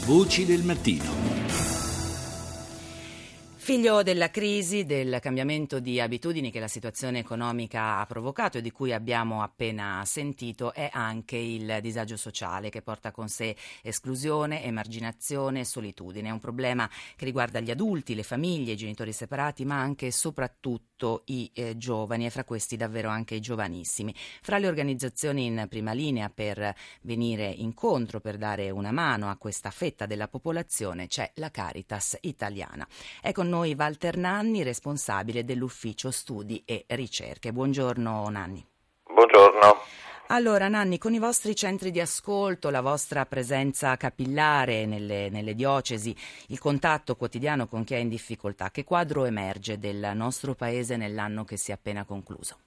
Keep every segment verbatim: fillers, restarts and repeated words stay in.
Voci del mattino. Figlio della crisi, del cambiamento di abitudini che la situazione economica ha provocato e di cui abbiamo appena sentito, è anche il disagio sociale che porta con sé esclusione, emarginazione e solitudine. È un problema che riguarda gli adulti, le famiglie, i genitori separati, ma anche e soprattutto i eh, giovani, e fra questi davvero anche i giovanissimi. Fra le organizzazioni in prima linea per venire incontro, per dare una mano a questa fetta della popolazione, c'è la Caritas italiana. È con noi Walter Nanni, responsabile dell'ufficio studi e ricerche. Buongiorno Nanni. Buongiorno. Allora Nanni, con i vostri centri di ascolto, la vostra presenza capillare nelle, nelle diocesi, il contatto quotidiano con chi è in difficoltà, che quadro emerge del nostro paese nell'anno che si è appena concluso?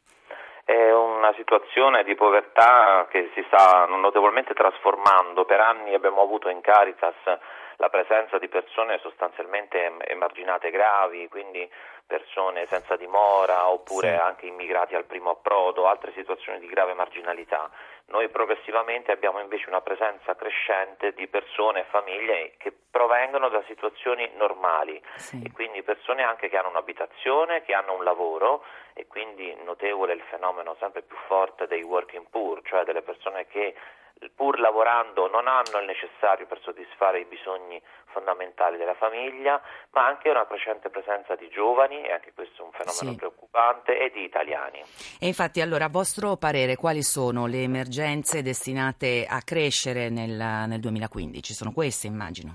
È una situazione di povertà che si sta notevolmente trasformando. Per anni abbiamo avuto in Caritas la presenza di persone sostanzialmente emarginate gravi, quindi persone senza dimora oppure sì. anche immigrati al primo approdo, altre situazioni di grave marginalità. Noi progressivamente abbiamo invece una presenza crescente di persone e famiglie che provengono da situazioni normali sì. e quindi persone anche che hanno un'abitazione, che hanno un lavoro, e quindi notevole il fenomeno sempre più forte dei working poor, cioè delle persone che pur lavorando non hanno il necessario per soddisfare i bisogni fondamentali della famiglia, ma anche una crescente presenza di giovani, e anche questo è un fenomeno sì. preoccupante, e di italiani. E infatti, allora, a vostro parere, quali sono le emergenze destinate a crescere nel, nel duemilaquindici? Sono queste, immagino?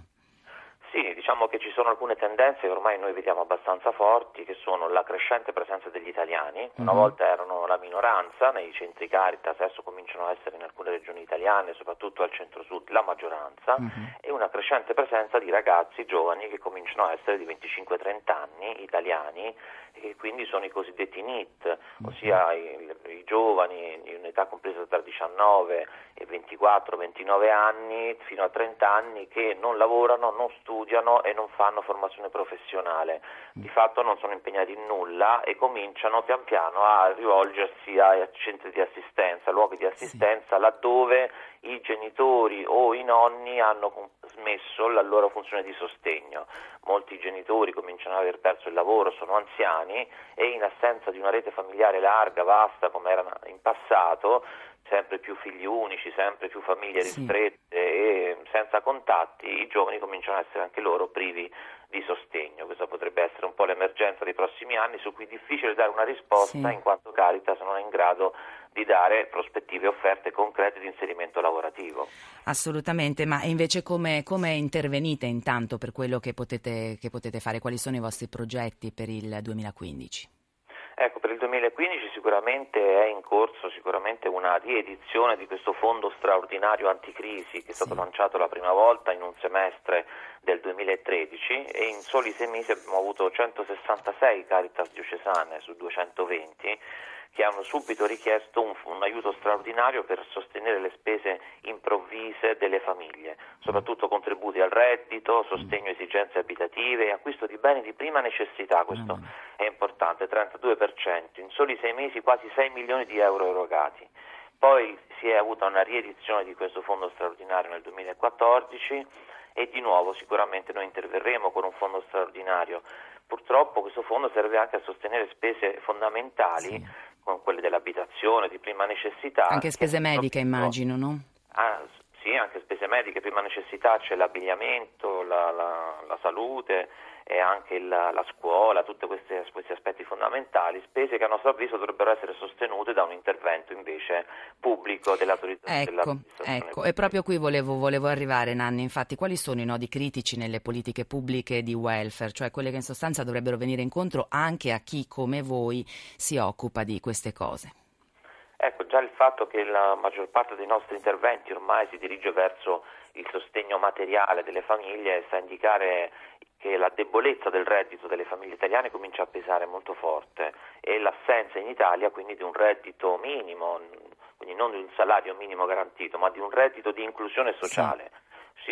Sì, diciamo che ci sono alcune tendenze che ormai noi vediamo abbastanza forti, che sono la crescente presenza degli italiani. Una uh-huh. volta erano la minoranza nei centri Caritas, adesso cominciano a essere in alcune regioni italiane, soprattutto al centro-sud, la maggioranza, uh-huh. e una crescente presenza di ragazzi giovani che cominciano a essere di venticinque trenta anni, italiani, e che quindi sono i cosiddetti N I T, ossia i, i giovani in un'età compresa tra diciannove e ventiquattro ventinove anni fino a trenta anni, che non lavorano, non studiano e non fanno formazione professionale, di fatto non sono impegnati in nulla e cominciano pian piano a rivolgersi a centri di assistenza, luoghi di assistenza, sì. laddove i genitori o i nonni hanno smesso la loro funzione di sostegno. Molti genitori cominciano ad aver perso il lavoro, sono anziani, e in assenza di una rete familiare larga, vasta, come era in passato, sempre più figli unici, sempre più famiglie ristrette sì. e senza contatti, i giovani cominciano ad essere anche loro privi di sostegno. Questa potrebbe essere un po' l'emergenza dei prossimi anni, su cui è difficile dare una risposta sì. in quanto Caritas non è in grado di dare prospettive e offerte concrete di inserimento lavorativo. Assolutamente, ma invece come, come intervenite intanto per quello che potete, che potete fare? Quali sono i vostri progetti per il duemilaquindici? Ecco, per il duemilaquindici sicuramente è in corso sicuramente una riedizione di questo fondo straordinario anticrisi che è stato sì. lanciato la prima volta in un semestre del duemilatredici, e in soli sei mesi abbiamo avuto centosessantasei Caritas diocesane su duecentoventi che hanno subito richiesto un, un aiuto straordinario per sostenere le spese improvvise delle famiglie, soprattutto contributi al reddito, sostegno a esigenze abitative e acquisto di beni di prima necessità. Questo è importante, trentadue per cento, in soli sei mesi quasi sei milioni di euro erogati. Poi si è avuta una riedizione di questo fondo straordinario nel duemilaquattordici e di nuovo sicuramente noi interverremo con un fondo straordinario. Purtroppo questo fondo serve anche a sostenere spese fondamentali, sì. con quelle dell'abitazione, di prima necessità. Anche spese mediche immagino, no? Ah, sì, anche spese mediche, prima necessità c'è l'abbigliamento, la, la, la salute e anche la, la scuola, tutti questi, questi aspetti fondamentali, spese che a nostro avviso dovrebbero essere sostenute da un intervento invece pubblico dell'autorità. Ecco, ecco, e proprio qui volevo, volevo arrivare, Nanni. Infatti, quali sono i nodi critici nelle politiche pubbliche di welfare, cioè quelle che in sostanza dovrebbero venire incontro anche a chi come voi si occupa di queste cose? Ecco, già il fatto che la maggior parte dei nostri interventi ormai si dirige verso il sostegno materiale delle famiglie sta a indicare che la debolezza del reddito delle famiglie italiane comincia a pesare molto forte, e l'assenza in Italia quindi di un reddito minimo, quindi non di un salario minimo garantito, ma di un reddito di inclusione sociale. Sì. Sia un,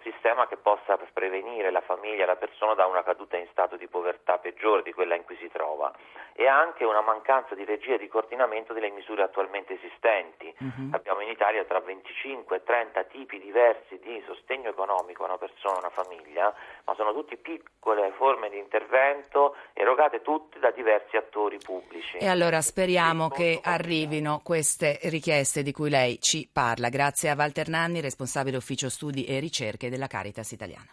sistema che possa prevenire la famiglia e la persona da una caduta in stato di povertà peggiore di quella in cui si trova, e anche una mancanza di regia e di coordinamento delle misure attualmente esistenti. Uh-huh. Abbiamo in Italia tra venticinque e trenta tipi diversi di sostegno economico a una persona, a una famiglia, ma sono tutti piccole forme di intervento erogate tutte da diversi attori pubblici. E allora speriamo che arrivino queste richieste di cui lei ci parla. Grazie a Walter Nanni, responsabile ufficio studi e ricerche della Caritas italiana.